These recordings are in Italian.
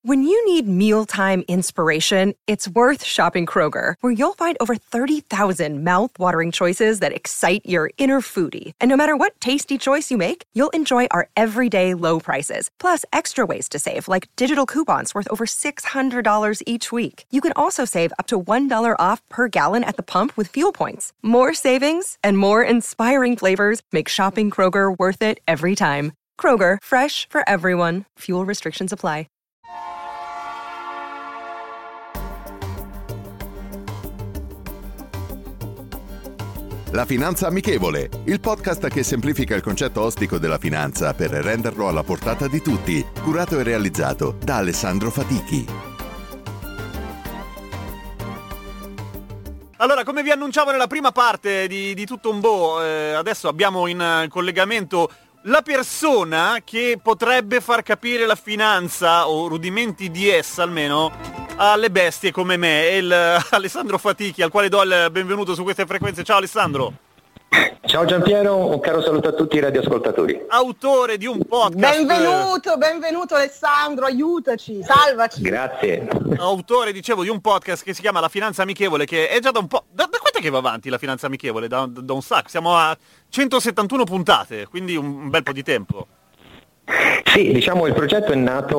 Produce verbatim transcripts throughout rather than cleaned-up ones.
When you need mealtime inspiration, it's worth shopping Kroger, where you'll find over thirty thousand mouth-watering choices that excite your inner foodie. And no matter what tasty choice you make, you'll enjoy our everyday low prices, plus extra ways to save, like digital coupons worth over six hundred dollars each week. You can also save up to one dollar off per gallon at the pump with fuel points. More savings and more inspiring flavors make shopping Kroger worth it every time. Kroger, fresh for everyone. Fuel restrictions apply. La Finanza Amichevole, il podcast che semplifica il concetto ostico della finanza per renderlo alla portata di tutti, curato e realizzato da Alessandro Fatichi. Allora, come vi annunciavo nella prima parte di, di Tutto un Bo', eh, adesso abbiamo in collegamento la persona che potrebbe far capire la finanza, o rudimenti di essa almeno, alle bestie come me, è il Alessandro Fatichi, al quale do il benvenuto su queste frequenze. Ciao Alessandro. Ciao Giampiero, un caro saluto a tutti i radioascoltatori. Autore di un podcast. Benvenuto, benvenuto Alessandro, aiutaci, salvaci. Grazie. Autore, dicevo, di un podcast che si chiama La Finanza Amichevole, che è già da un po'... Da, da quant'è che va avanti La Finanza Amichevole? Da, da un sacco, siamo a centosettantuno puntate, quindi un, un bel po' di tempo. Sì, diciamo il progetto è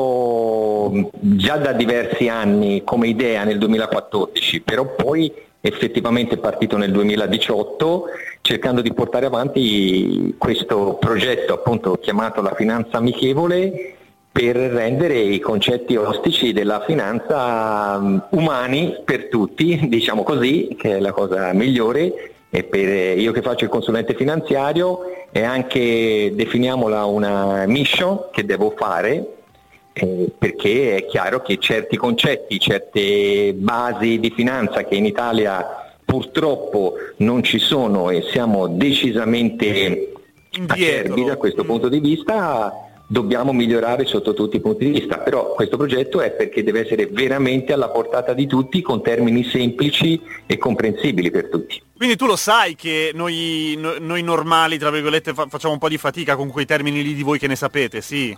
nato già da diversi anni come idea nel duemilaquattordici, però poi effettivamente è partito nel duemiladiciotto cercando di portare avanti questo progetto appunto chiamato La Finanza Amichevole per rendere i concetti ostici della finanza umani per tutti, diciamo così, che è la cosa migliore. E per io che faccio il consulente finanziario e anche definiamola una mission che devo fare, eh, perché è chiaro che certi concetti, certe basi di finanza che in Italia purtroppo non ci sono e siamo decisamente acerbi da questo punto di vista, dobbiamo migliorare sotto tutti i punti di vista, però questo progetto è perché deve essere veramente alla portata di tutti con termini semplici e comprensibili per tutti. Quindi tu lo sai che noi, no, noi normali, tra virgolette, fa, facciamo un po' di fatica con quei termini lì di voi che ne sapete, sì?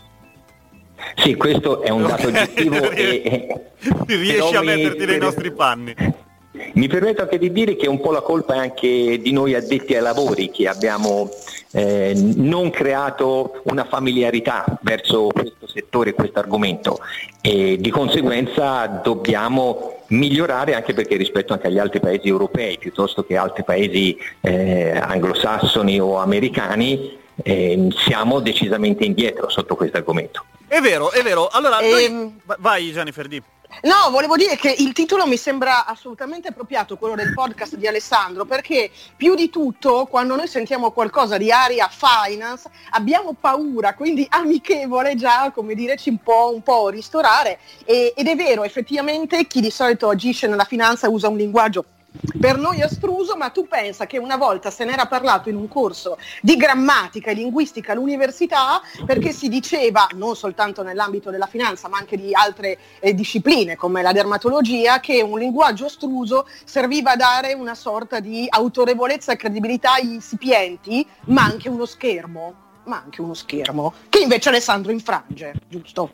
Sì, questo è un dato oggettivo e... riesci a metterti mi... nei nostri panni. Mi permetto anche di dire che un po' la colpa è anche di noi addetti ai lavori, che abbiamo eh, non creato una familiarità verso questo settore e questo argomento e di conseguenza dobbiamo migliorare, anche perché rispetto anche agli altri paesi europei piuttosto che altri paesi eh, anglosassoni o americani eh, siamo decisamente indietro sotto questo argomento. È vero, è vero. Allora, ehm... noi... vai Jennifer, di. No, volevo dire che il titolo mi sembra assolutamente appropriato, quello del podcast di Alessandro, perché più di tutto quando noi sentiamo qualcosa di area finance abbiamo paura, quindi amichevole già, come dire, ci un po', un po' ristorare e, ed è vero, effettivamente chi di solito agisce nella finanza usa un linguaggio per noi astruso, ma tu pensa che una volta se n'era parlato in un corso di grammatica e linguistica all'università, perché si diceva, non soltanto nell'ambito della finanza ma anche di altre eh, discipline come la dermatologia, che un linguaggio astruso serviva a dare una sorta di autorevolezza e credibilità ai sipienti, ma anche uno schermo, ma anche uno schermo, che invece Alessandro infrange, giusto?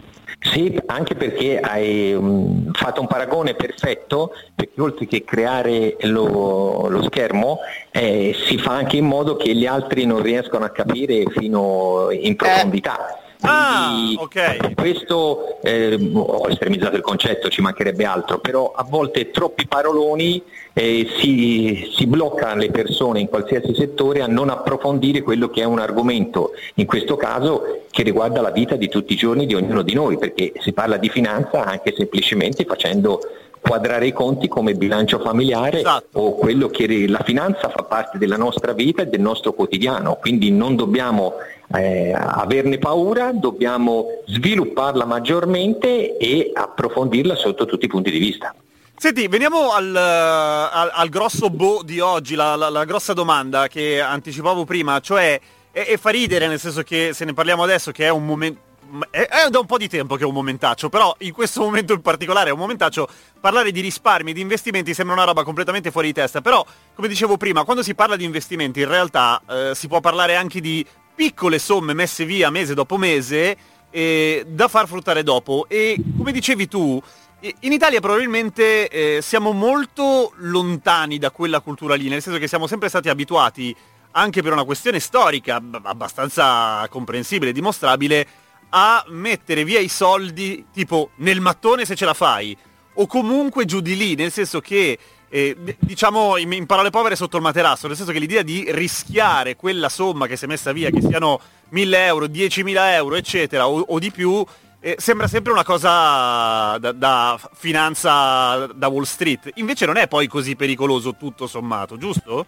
Sì, anche perché hai um, fatto un paragone perfetto, perché oltre che creare lo, lo schermo eh, si fa anche in modo che gli altri non riescano a capire fino in profondità. Eh. Ah, ok. Questo eh, ho estremizzato il concetto, ci mancherebbe altro, però a volte troppi paroloni eh, si, si bloccano le persone in qualsiasi settore a non approfondire quello che è un argomento, in questo caso che riguarda la vita di tutti i giorni di ognuno di noi, perché si parla di finanza anche semplicemente facendo quadrare i conti come bilancio familiare. Esatto. O quello che la finanza fa parte della nostra vita e del nostro quotidiano, quindi non dobbiamo eh, averne paura, dobbiamo svilupparla maggiormente e approfondirla sotto tutti i punti di vista. Senti, veniamo al, al, al grosso boh di oggi, la, la, la grossa domanda che anticipavo prima, cioè e, e fa ridere nel senso che se ne parliamo adesso che è un momento, è, è da un po' di tempo che è un momentaccio, però in questo momento in particolare è un momentaccio, parlare di risparmi, di investimenti sembra una roba completamente fuori di testa, però come dicevo prima, quando si parla di investimenti in realtà eh, si può parlare anche di piccole somme messe via mese dopo mese eh, da far fruttare dopo. E come dicevi tu, in Italia probabilmente eh, siamo molto lontani da quella cultura lì, nel senso che siamo sempre stati abituati, anche per una questione storica abbastanza comprensibile e dimostrabile, a mettere via i soldi tipo nel mattone se ce la fai, o comunque giù di lì, nel senso che eh, diciamo in, in parole povere sotto il materasso, nel senso che l'idea di rischiare quella somma che si è messa via, che siano mille euro, diecimila euro eccetera o, o di più, eh, sembra sempre una cosa da, da finanza da Wall Street. Invece non è poi così pericoloso tutto sommato, giusto?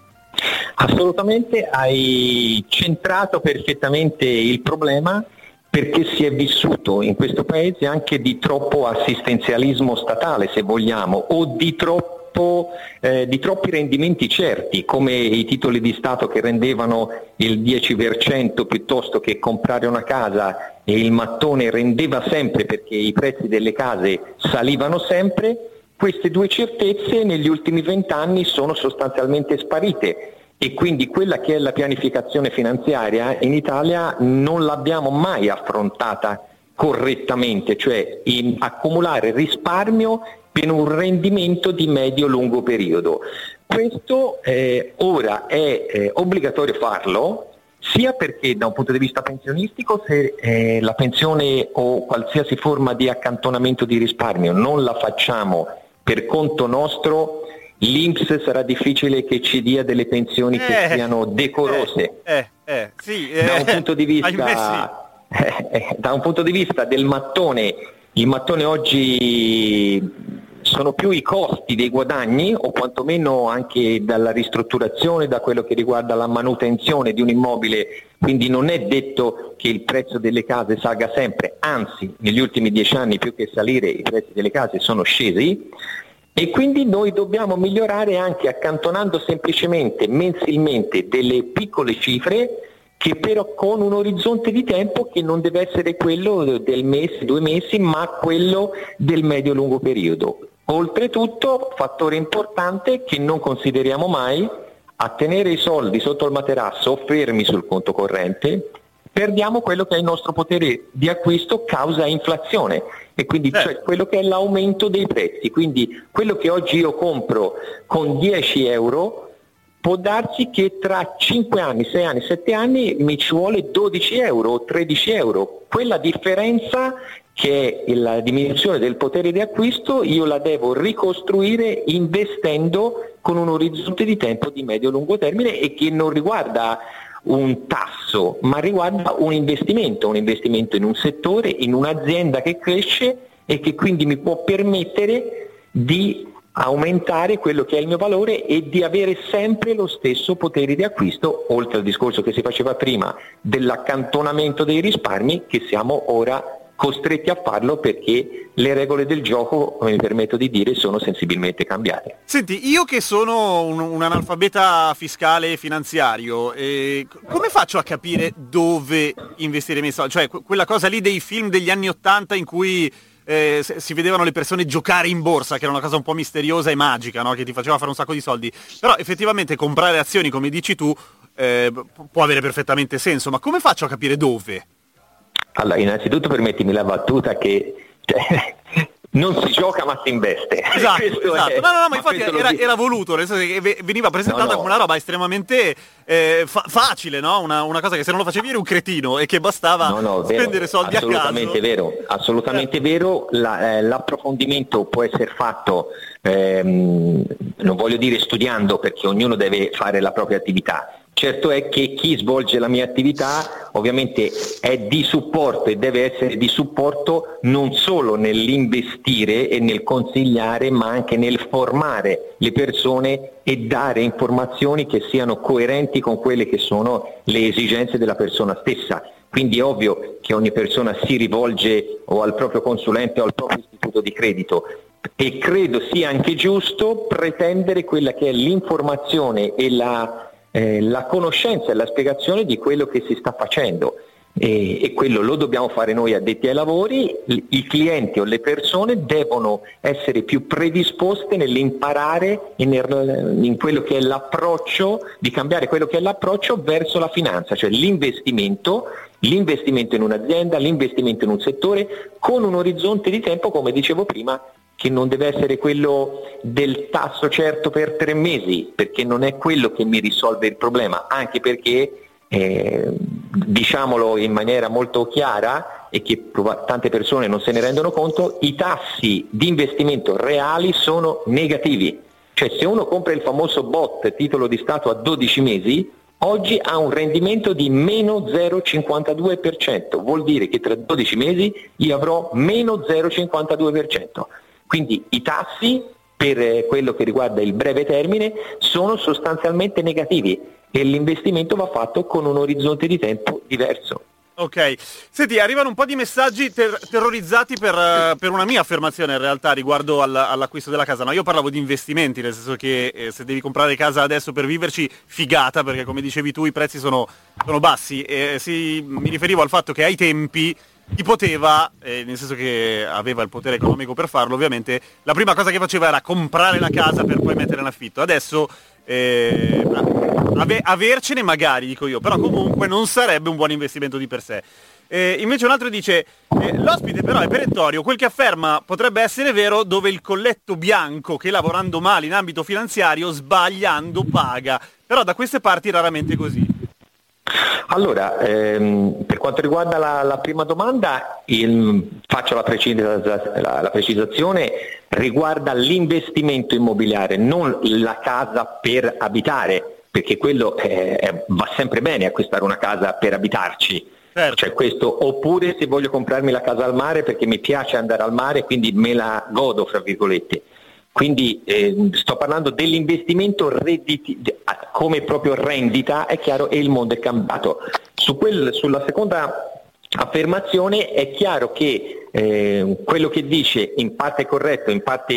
Assolutamente, hai centrato perfettamente il problema, perché si è vissuto in questo paese anche di troppo assistenzialismo statale, se vogliamo, o di troppo eh, di troppi rendimenti certi, come i titoli di Stato che rendevano il dieci per cento piuttosto che comprare una casa, e il mattone rendeva sempre perché i prezzi delle case salivano sempre. Queste due certezze negli ultimi vent'anni sono sostanzialmente sparite. E quindi quella che è la pianificazione finanziaria in Italia non l'abbiamo mai affrontata correttamente, cioè in accumulare risparmio per un rendimento di medio-lungo periodo. Questo eh, ora è eh, obbligatorio farlo, sia perché da un punto di vista pensionistico, se eh, la pensione o qualsiasi forma di accantonamento di risparmio non la facciamo per conto nostro, l'I N P S sarà difficile che ci dia delle pensioni eh, che siano decorose. Eh, eh, eh, sì, eh, da un punto di vista, eh, eh, da un punto di vista del mattone, il mattone oggi sono più i costi dei guadagni, o quantomeno anche dalla ristrutturazione, da quello che riguarda la manutenzione di un immobile, quindi non è detto che il prezzo delle case salga sempre, anzi negli ultimi dieci anni più che salire i prezzi delle case sono scesi. E quindi noi dobbiamo migliorare anche accantonando semplicemente mensilmente delle piccole cifre, che però con un orizzonte di tempo che non deve essere quello del mese, due mesi, ma quello del medio-lungo periodo. Oltretutto, fattore importante che non consideriamo mai, a tenere i soldi sotto il materasso o fermi sul conto corrente, perdiamo quello che è il nostro potere di acquisto causa inflazione, e quindi eh. cioè quello che è l'aumento dei prezzi. Quindi quello che oggi io compro con dieci euro può darsi che tra cinque anni, sei anni, sette anni mi ci vuole dodici euro o tredici euro. Quella differenza, che è la diminuzione del potere di acquisto, io la devo ricostruire investendo con un orizzonte di tempo di medio-lungo termine, e che non riguarda un tasso, ma riguarda un investimento, un investimento in un settore, in un'azienda che cresce e che quindi mi può permettere di aumentare quello che è il mio valore e di avere sempre lo stesso potere di acquisto, oltre al discorso che si faceva prima dell'accantonamento dei risparmi, che siamo ora costretti a farlo perché le regole del gioco, come mi permetto di dire, sono sensibilmente cambiate. Senti, io che sono un, un analfabeta fiscale e finanziario, eh, come faccio a capire dove investire i miei soldi? Cioè, quella cosa lì dei film degli anni Ottanta in cui eh, si vedevano le persone giocare in borsa, che era una cosa un po' misteriosa e magica, no? Che ti faceva fare un sacco di soldi. Però effettivamente comprare azioni, come dici tu, eh, può avere perfettamente senso, ma come faccio a capire dove? Allora, innanzitutto permettimi la battuta che cioè, non si gioca ma si investe. Esatto, esatto. È, no, no, no, ma infatti era, lo... era voluto, nel senso che veniva presentata no, no. come una roba estremamente eh, fa- facile, no? Una, una cosa che se non lo facevi eri un cretino e che bastava no, no, spendere vero, soldi a caso. Assolutamente vero, assolutamente eh. vero. La, eh, l'approfondimento può essere fatto, ehm, non voglio dire studiando, perché ognuno deve fare la propria attività. Certo è che chi svolge la mia attività ovviamente è di supporto e deve essere di supporto non solo nell'investire e nel consigliare, ma anche nel formare le persone e dare informazioni che siano coerenti con quelle che sono le esigenze della persona stessa. Quindi è ovvio che ogni persona si rivolge o al proprio consulente o al proprio istituto di credito, e credo sia anche giusto pretendere quella che è l'informazione e la Eh, la conoscenza e la spiegazione di quello che si sta facendo. e, e quello lo dobbiamo fare noi addetti ai lavori. I, i clienti o le persone devono essere più predisposte nell'imparare e nel, in quello che è l'approccio, di cambiare quello che è l'approccio verso la finanza, cioè l'investimento, l'investimento in un'azienda, l'investimento in un settore con un orizzonte di tempo, come dicevo prima, che non deve essere quello del tasso certo per tre mesi, perché non è quello che mi risolve il problema, anche perché eh, diciamolo in maniera molto chiara e che prov- tante persone non se ne rendono conto, i tassi di investimento reali sono negativi. Cioè se uno compra il famoso B O T, titolo di Stato a dodici mesi, oggi ha un rendimento di meno zero virgola cinquantadue per cento, vuol dire che tra dodici mesi io avrò meno zero virgola cinquantadue per cento. Quindi i tassi per quello che riguarda il breve termine sono sostanzialmente negativi e l'investimento va fatto con un orizzonte di tempo diverso. Ok, senti, arrivano un po' di messaggi ter- terrorizzati per, uh, per una mia affermazione in realtà riguardo all- all'acquisto della casa. No, io parlavo di investimenti, nel senso che eh, se devi comprare casa adesso per viverci, figata, perché come dicevi tu i prezzi sono, sono bassi. E si, mi riferivo al fatto che ai tempi chi poteva, eh, nel senso che aveva il potere economico per farlo, ovviamente, la prima cosa che faceva era comprare la casa per poi mettere in affitto. Adesso eh, ave- avercene magari, dico io, però comunque non sarebbe un buon investimento di per sé. Eh, invece un altro dice, eh, l'ospite però è perentorio, quel che afferma potrebbe essere vero dove il colletto bianco che lavorando male in ambito finanziario, sbagliando, paga. Però da queste parti raramente così. Allora, ehm, per quanto riguarda la, la prima domanda, il, faccio la, precisa, la, la precisazione, riguarda l'investimento immobiliare, non la casa per abitare, perché quello eh, è, va sempre bene acquistare una casa per abitarci. Certo. Cioè questo, oppure se voglio comprarmi la casa al mare perché mi piace andare al mare, quindi me la godo, fra virgolette. Quindi eh, sto parlando dell'investimento redditi, come proprio rendita, è chiaro, e il mondo è cambiato. Su quel, sulla seconda affermazione è chiaro che eh, quello che dice in parte è corretto, in parte,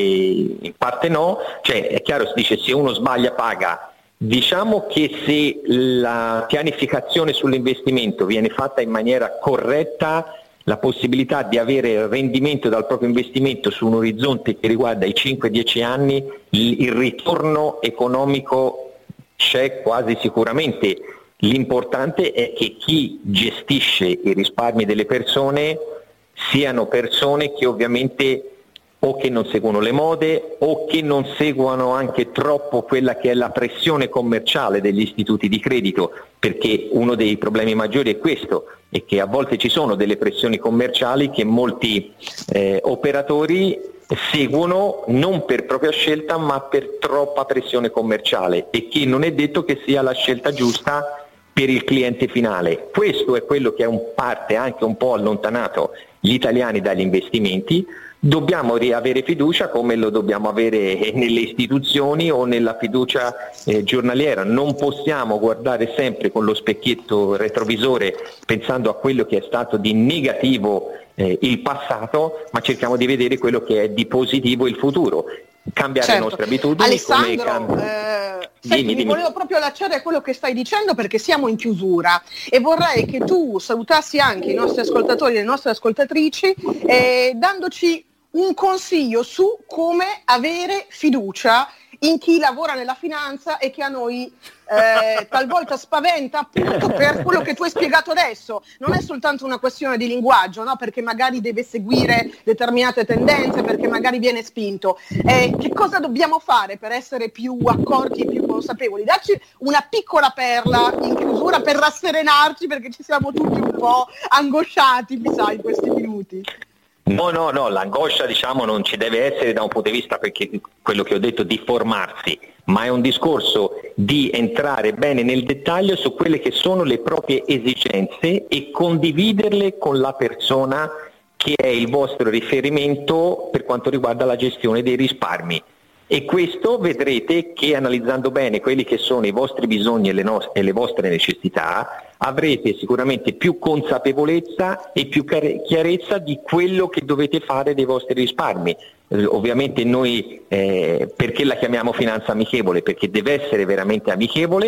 in parte no, cioè è chiaro, si dice se uno sbaglia paga. Diciamo che se la pianificazione sull'investimento viene fatta in maniera corretta, la possibilità di avere rendimento dal proprio investimento su un orizzonte che riguarda i cinque dieci anni, il ritorno economico c'è quasi sicuramente. L'importante è che chi gestisce i risparmi delle persone siano persone che ovviamente o che non seguono le mode o che non seguono anche troppo quella che è la pressione commerciale degli istituti di credito, perché uno dei problemi maggiori è questo, è che a volte ci sono delle pressioni commerciali che molti eh, operatori seguono non per propria scelta ma per troppa pressione commerciale, e che non è detto che sia la scelta giusta per il cliente finale. Questo è quello che è un parte anche un po' allontanato gli italiani dagli investimenti. Dobbiamo avere fiducia come lo dobbiamo avere nelle istituzioni o nella fiducia eh, giornaliera. Non possiamo guardare sempre con lo specchietto retrovisore pensando a quello che è stato di negativo eh, il passato, ma cerchiamo di vedere quello che è di positivo il futuro. Cambiare certo. le nostre abitudini. Alessandro, come eh, dimmi, senti, dimmi. mi volevo proprio allacciare a quello che stai dicendo perché siamo in chiusura e vorrei che tu salutassi anche i nostri ascoltatori e le nostre ascoltatrici eh, dandoci un consiglio su come avere fiducia in chi lavora nella finanza e che a noi eh, talvolta spaventa appunto per quello che tu hai spiegato adesso. Non è soltanto una questione di linguaggio, no? Perché magari deve seguire determinate tendenze, perché magari viene spinto. Eh, che cosa dobbiamo fare per essere più accorti e più consapevoli? Dacci una piccola perla in chiusura per rasserenarci, perché ci siamo tutti un po' angosciati, mi sa, in questi minuti. No, no, no, l'angoscia diciamo non ci deve essere da un punto di vista, perché quello che ho detto di formarsi, ma è un discorso di entrare bene nel dettaglio su quelle che sono le proprie esigenze e condividerle con la persona che è il vostro riferimento per quanto riguarda la gestione dei risparmi. E questo vedrete che analizzando bene quelli che sono i vostri bisogni e le, no- e le vostre necessità avrete sicuramente più consapevolezza e più chiarezza di quello che dovete fare dei vostri risparmi. Eh, ovviamente noi, eh, perché la chiamiamo finanza amichevole? Perché deve essere veramente amichevole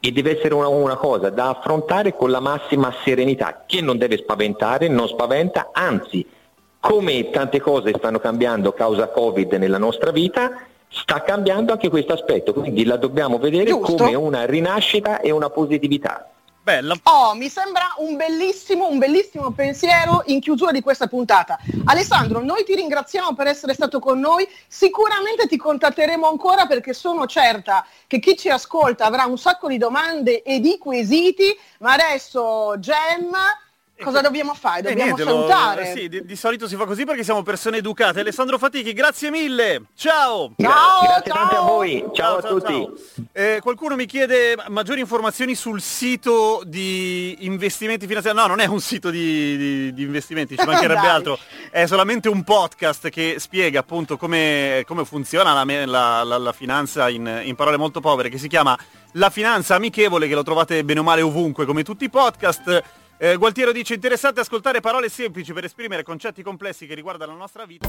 e deve essere una, una cosa da affrontare con la massima serenità, che non deve spaventare, non spaventa, anzi, come tante cose stanno cambiando causa Covid nella nostra vita, sta cambiando anche questo aspetto, quindi la dobbiamo vedere Giusto. come una rinascita e una positività. Bella. Oh, mi sembra un bellissimo, un bellissimo pensiero in chiusura di questa puntata. Alessandro, noi ti ringraziamo per essere stato con noi, sicuramente ti contatteremo ancora perché sono certa che chi ci ascolta avrà un sacco di domande e di quesiti, ma adesso Gem, cosa dobbiamo fare? Eh, Dobbiamo niente, salutare. Lo, sì, di, di solito si fa così perché siamo persone educate. Alessandro Fatichi, grazie mille. Ciao. Ciao, Grazie ciao. tante a voi, ciao, Ciao, a ciao, tutti. ciao. Eh, qualcuno mi chiede maggiori informazioni sul sito di investimenti finanziari. No, non è un sito di, di, di investimenti, ci mancherebbe Dai. altro. È solamente un podcast che spiega appunto come, come funziona la, la, la, la finanza in, in parole molto povere, che si chiama La Finanza Amichevole, che lo trovate bene o male ovunque come tutti i podcast. Eh, Gualtiero dice: interessante ascoltare parole semplici per esprimere concetti complessi che riguardano la nostra vita.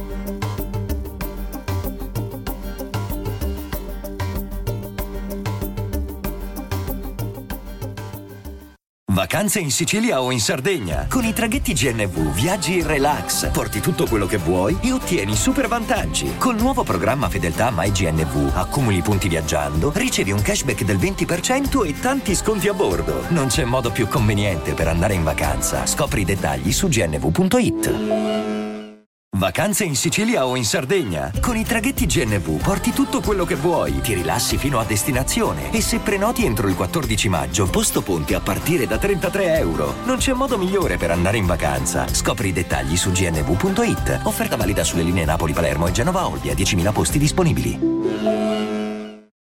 Vacanze in Sicilia o in Sardegna. Con i traghetti G N V viaggi in relax, porti tutto quello che vuoi e ottieni super vantaggi. Col nuovo programma Fedeltà MyGNV accumuli punti viaggiando, ricevi un cashback del venti per cento e tanti sconti a bordo. Non c'è modo più conveniente per andare in vacanza. Scopri i dettagli su g n v punto i t. Vacanze in Sicilia o in Sardegna. Con i traghetti G N V porti tutto quello che vuoi, ti rilassi fino a destinazione e se prenoti entro il quattordici maggio, posto ponti a partire da trentatré euro. Non c'è modo migliore per andare in vacanza. Scopri i dettagli su g n v punto i t. Offerta valida sulle linee Napoli-Palermo e Genova-Olbia, diecimila posti disponibili.